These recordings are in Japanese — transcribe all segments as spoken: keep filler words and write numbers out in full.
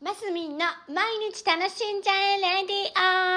マスミンの毎日楽しんじゃえレディオ。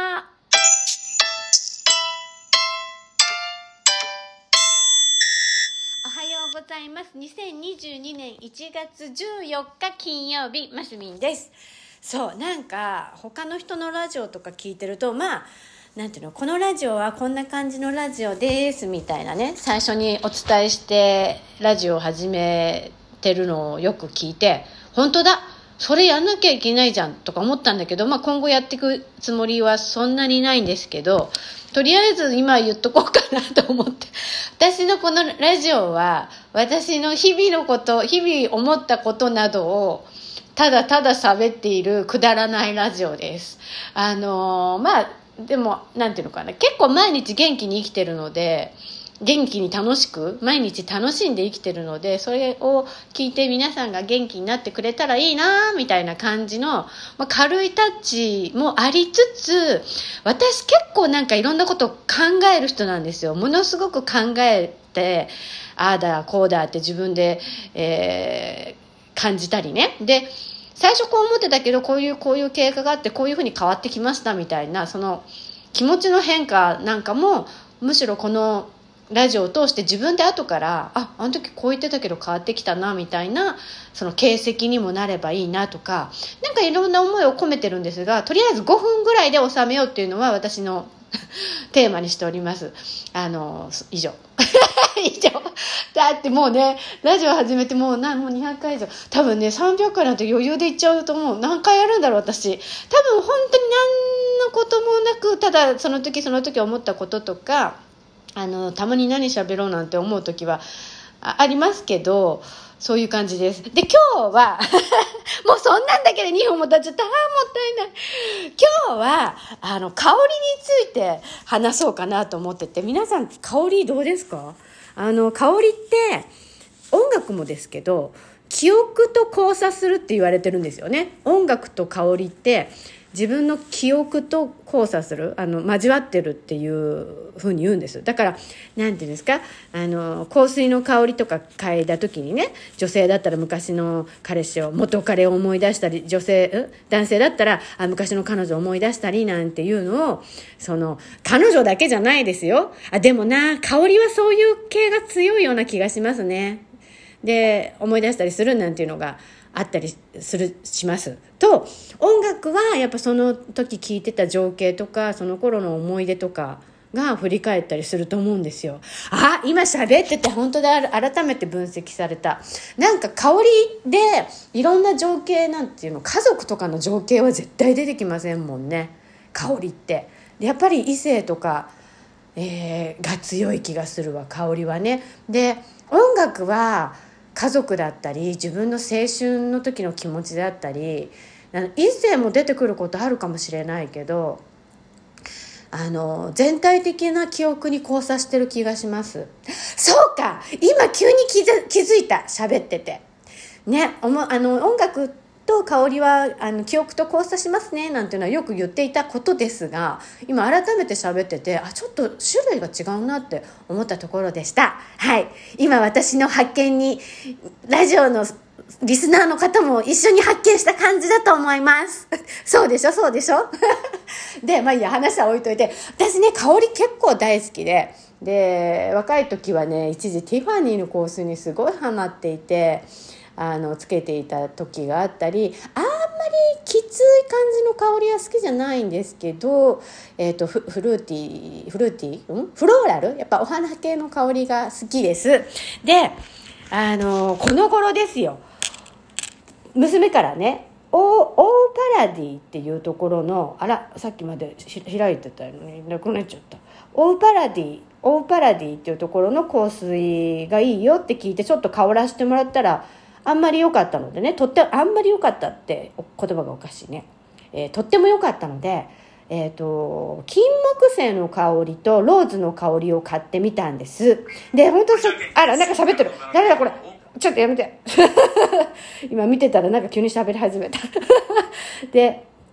おはようございます。にせんにじゅうにねんいちがつじゅうよっか金曜日、マスミンです。そう、なんか他の人のラジオとか聞いてると、まあなんていうの、このラジオはこんな感じのラジオですみたいなね、最初にお伝えしてラジオを始めてるのをよく聞いて、本当だ、それやんなきゃいけないじゃんとか思ったんだけど、まあ今後やっていくつもりはそんなにないんですけど、とりあえず今言っとこうかなと思って。私のこのラジオは私の日々のこと、日々思ったことなどをただただ喋っているくだらないラジオです。あのー、まあでもなんていうのかな、結構毎日元気に生きてるので、元気に楽しく毎日楽しんで生きてるので、それを聞いて皆さんが元気になってくれたらいいなみたいな感じの、まあ、軽いタッチもありつつ、私結構なんかいろんなことを考える人なんですよ。ものすごく考えて、ああだこうだって自分で、えー、感じたりね。で最初こう思ってたけど、こういうこういう経過があってこういうふうに変わってきましたみたいな、その気持ちの変化なんかも、むしろこのラジオを通して自分で後から、あ、あの時こう言ってたけど変わってきたなみたいな、その形跡にもなればいいなとか、なんかいろんな思いを込めてるんですが、とりあえずごふんぐらいで収めようっていうのは私のテーマにしております。あの以上以上だってもうね、ラジオ始めてもうなもうにひゃっかい以上、多分ねさんびゃっかいなんて余裕でいっちゃうと思う。何回やるんだろう私。多分本当に何のこともなく、ただその時その時思ったこととか、あのたまに何喋ろうなんて思う時は あ, ありますけど、そういう感じです。で今日はもうそんなんだけでにほんも経っちゃった。あーもったいない。今日はあの香りについて話そうかなと思ってて、皆さん香りどうですか？あの香りって音楽もですけど、記憶と交差するって言われてるんですよね。音楽と香りって自分の記憶と交差する、あの交わってるっていう風に言うんです。だからなんていうんですか、あの香水の香りとか嗅いだ時にね、女性だったら昔の彼氏を、元彼を思い出したり、女性男性だったらあ昔の彼女を思い出したりなんていうのを、その彼女だけじゃないですよ。あでもな、香りはそういう系が強いような気がしますね。で思い出したりするなんていうのがあったりするしますと、音楽はやっぱその時聴いてた情景とか、その頃の思い出とかが振り返ったりすると思うんですよ。あ、今喋ってて本当で改めて分析された。なんか香りでいろんな情景なんていうの、家族とかの情景は絶対出てきませんもんね、香りって。でやっぱり異性とか、えー、が強い気がするわ、香りはね。で音楽は家族だったり、自分の青春の時の気持ちだったり、異性も出てくることあるかもしれないけど、あの全体的な記憶に交差してる気がします。そうか、今急に気づ、気づいた、喋っててね。おもあの音楽と香りはあの記憶と交差しますねなんていうのはよく言っていたことですが、今改めて喋ってて、あ、ちょっと種類が違うなって思ったところでした。はい、今私の発見にラジオのリスナーの方も一緒に発見した感じだと思いますそうでしょそうでしょでまあいいや、話は置いといて、私ね香り結構大好きで、で若い時はね、一時ティファニーの香水にすごいハマっていて、あのつけていた時があったり、あんまりきつい感じの香りは好きじゃないんですけど、えーと、フ, フルーティーフルーティー、んフローラル、やっぱお花系の香りが好きです。であのこの頃ですよ、娘からね、オーパラディっていうところの、あらさっきまで開いてたのになくなっちゃった、オーパラディオーパラディっていうところの香水がいいよって聞いて、ちょっと香らせてもらったらあんまり良かったのでね、とってあんまり良かったって言葉がおかしいね、えー、とっても良かったので、えーと、金木犀の香りとローズの香りを買ってみたんです。で本当そあらなんか喋ってる、誰だこれ、ちょっとやめて今見てたらなんか急に喋り始めたで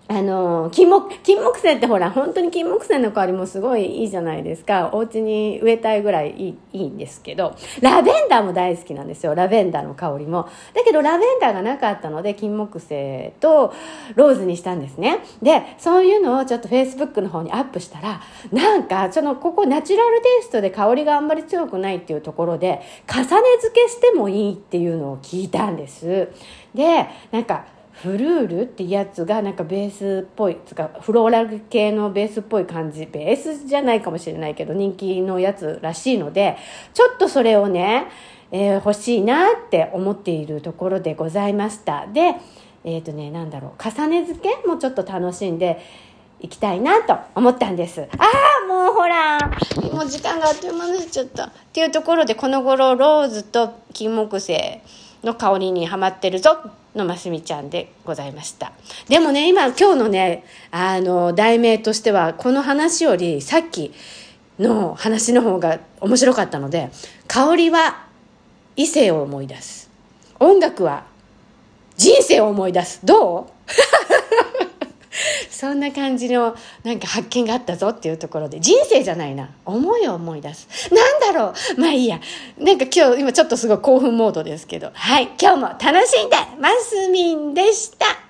あの金木金木犀ってほら本当に金木犀の香りもすごいいいじゃないですか。お家に植えたいぐらいいい、いいんですけど、ラベンダーも大好きなんですよ。ラベンダーの香りも。だけどラベンダーがなかったので金木犀とローズにしたんですね。でそういうのをちょっとフェイスブックの方にアップしたら、なんかそのここナチュラルテイストで香りがあんまり強くないっていうところで重ね付けしてもいいっていうのを聞いたんです。でなんかフルールってやつがなんかベースっぽいつかフローラル系のベースっぽい感じ、ベースじゃないかもしれないけど人気のやつらしいので、ちょっとそれをね、えー、欲しいなって思っているところでございました。でえっとねなんだろう重ね付けもちょっと楽しんでいきたいなと思ったんです。ああもうほらもう時間があっという間になっちゃったっていうところで、この頃ローズと金木犀の香りにハマってるぞのますみちゃんでございました。でもね今今日のねあの題名としてはこの話よりさっきの話の方が面白かったので、香りは異性を思い出す、音楽は人生を思い出す。どうそんな感じのなんか発見があったぞっていうところで、人生じゃないな、思いを思い出す、なんだろう、まあいいや。なんか今日今ちょっとすごい興奮モードですけど、はい、今日も楽しんでますみんでした。